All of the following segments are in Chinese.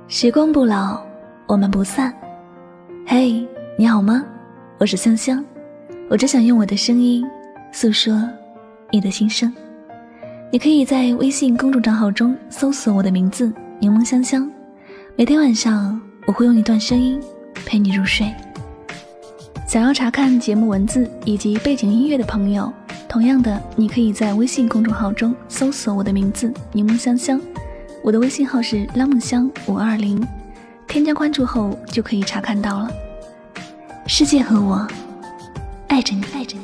时光不老，我们不散。嘿，你好吗？我是香香，我只想用我的声音诉说你的心声。你可以在微信公众账号中搜索我的名字柠檬香香，每天晚上我会用一段声音陪你入睡。想要查看节目文字以及背景音乐的朋友，同样的，你可以在微信公众号中搜索我的名字柠檬香香，我的微信号是拉梦香520，添加关注后就可以查看到了。世界和我爱着你，爱着你。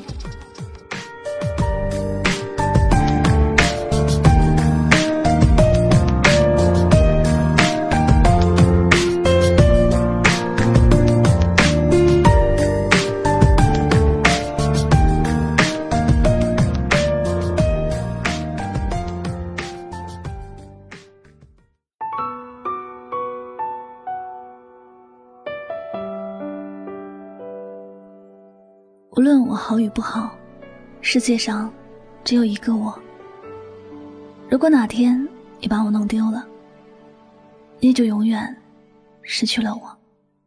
无论我好与不好，世界上只有一个我。如果哪天你把我弄丢了，你就永远失去了我。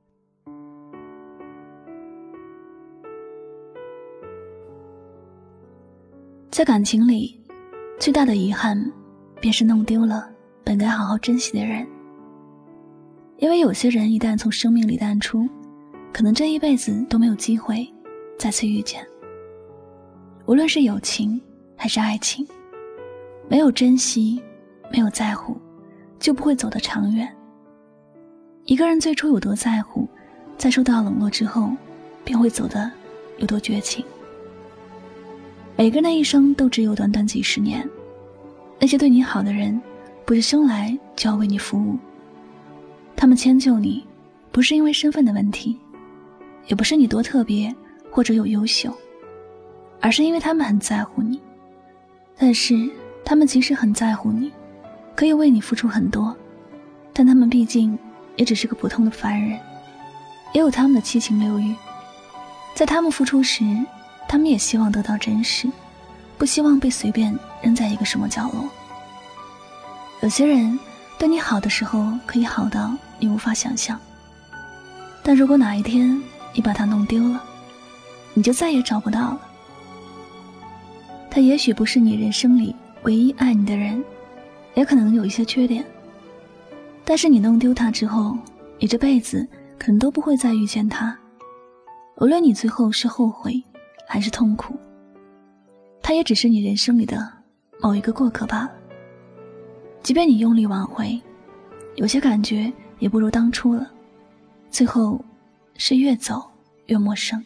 在感情里，最大的遗憾便是弄丢了本该好好珍惜的人。因为有些人一旦从生命里淡出，可能这一辈子都没有机会再次遇见。无论是友情还是爱情，没有珍惜，没有在乎，就不会走得长远。一个人最初有多在乎，在受到冷落之后便会走得有多绝情。每个人的一生都只有短短几十年，那些对你好的人不是生来就要为你服务，他们迁就你不是因为身份的问题，也不是你多特别或者有优秀，而是因为他们很在乎你。但是他们即使很在乎你，可以为你付出很多，但他们毕竟也只是个普通的凡人，也有他们的七情六欲。在他们付出时，他们也希望得到珍视，不希望被随便扔在一个什么角落。有些人对你好的时候可以好到你无法想象，但如果哪一天你把他弄丢了，你就再也找不到了。他也许不是你人生里唯一爱你的人，也可能有一些缺点，但是你弄丢他之后，你这辈子可能都不会再遇见他。无论你最后是后悔还是痛苦，他也只是你人生里的某一个过客罢了。即便你用力挽回，有些感觉也不如当初了，最后是越走越陌生。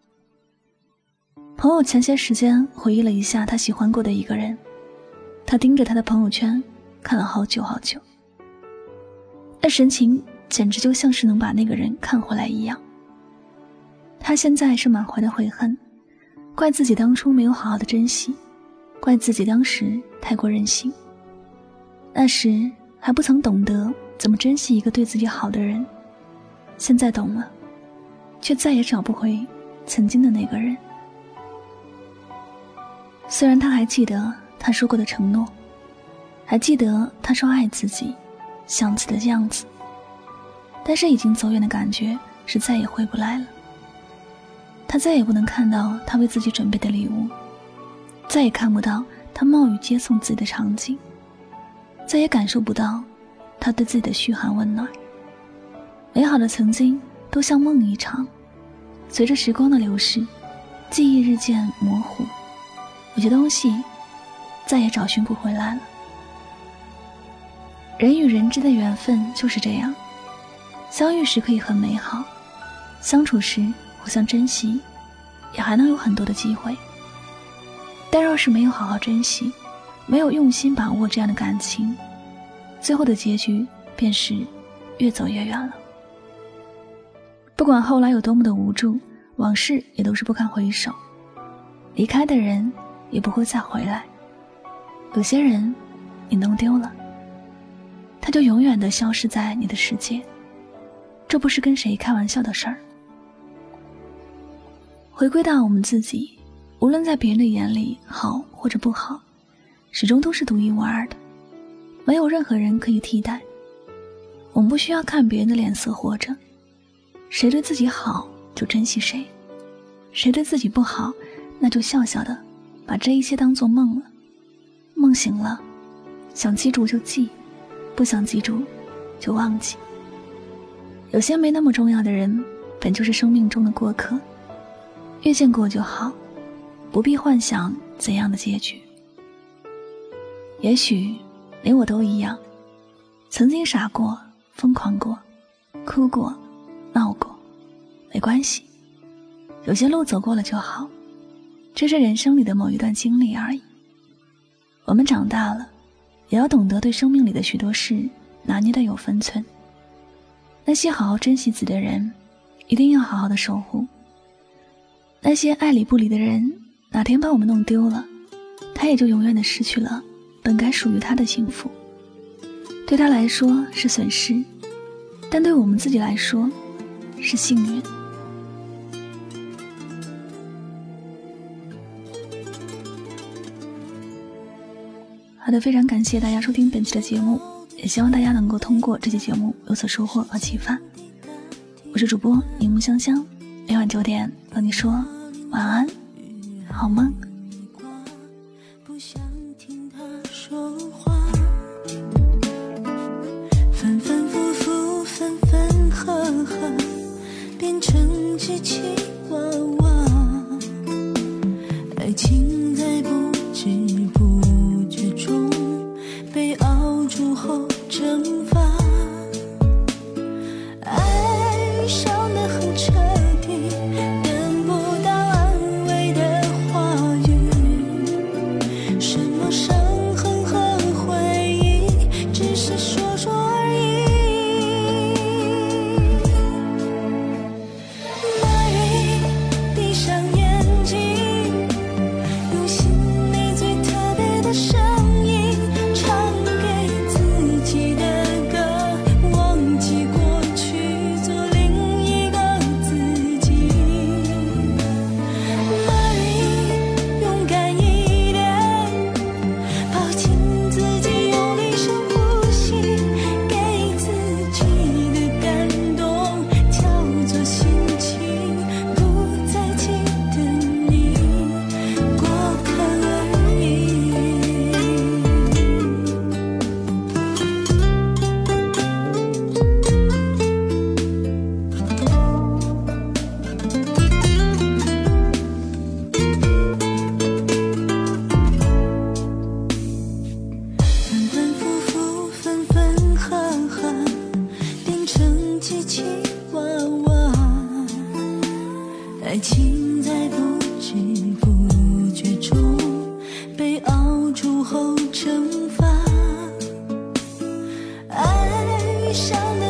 朋友前些时间回忆了一下他喜欢过的一个人，他盯着他的朋友圈看了好久好久，那神情简直就像是能把那个人看回来一样。他现在是满怀的悔恨，怪自己当初没有好好的珍惜，怪自己当时太过任性，那时还不曾懂得怎么珍惜一个对自己好的人，现在懂了，却再也找不回曾经的那个人。虽然他还记得他说过的承诺，还记得他说爱自己想自己的样子，但是已经走远的感觉是再也回不来了。他再也不能看到他为自己准备的礼物，再也看不到他冒雨接送自己的场景，再也感受不到他对自己的嘘寒问暖。美好的曾经都像梦一场，随着时光的流逝，记忆日渐模糊，有些东西再也找寻不回来了。人与人之间的缘分就是这样，相遇时可以很美好，相处时互相珍惜，也还能有很多的机会。但若是没有好好珍惜，没有用心把握这样的感情，最后的结局便是越走越远了。不管后来有多么的无助，往事也都是不堪回首，离开的人也不会再回来。有些人你弄丢了，他就永远地消失在你的世界，这不是跟谁开玩笑的事儿。回归到我们自己，无论在别人的眼里好或者不好，始终都是独一无二的，没有任何人可以替代。 我们不需要看别人的脸色活着，谁对自己好就珍惜谁，谁对自己不好，那就笑笑的把这一切当作梦了。梦醒了，想记住就记，不想记住就忘记。有些没那么重要的人，本就是生命中的过客，遇见过就好，不必幻想怎样的结局。也许你我都一样，曾经傻过，疯狂过，哭过，闹过，没关系，有些路走过了就好，这是人生里的某一段经历而已。我们长大了，也要懂得对生命里的许多事拿捏得有分寸。那些好好珍惜自己的人，一定要好好的守护。那些爱理不理的人，哪天把我们弄丢了，他也就永远的失去了本该属于他的幸福。对他来说是损失，但对我们自己来说是幸运。好的，非常感谢大家收听本期的节目，也希望大家能够通过这期节目有所收获和启发。我是主播柠檬香香，每晚9点和你说晚安，好梦。 不想听他说话，反反复复，分分合合，变成机器娃娃。爱情在不知不觉中被熬煮后蒸发，爱伤得很彻底，等不到安慰的话语，什么伤痕和回忆，只是说说而已。Mary， 闭上眼睛，用心里最特别的声音唱给自己的歌，忘记过去，做另一个自己。Mary， 勇敢一点，抱紧自己，用力深呼吸，给自己的感动叫做心情，不再记得你，过客而已。反反复复，分分合合，变成机器娃娃。爱情在不知不觉中被熬煮后蒸发，爱伤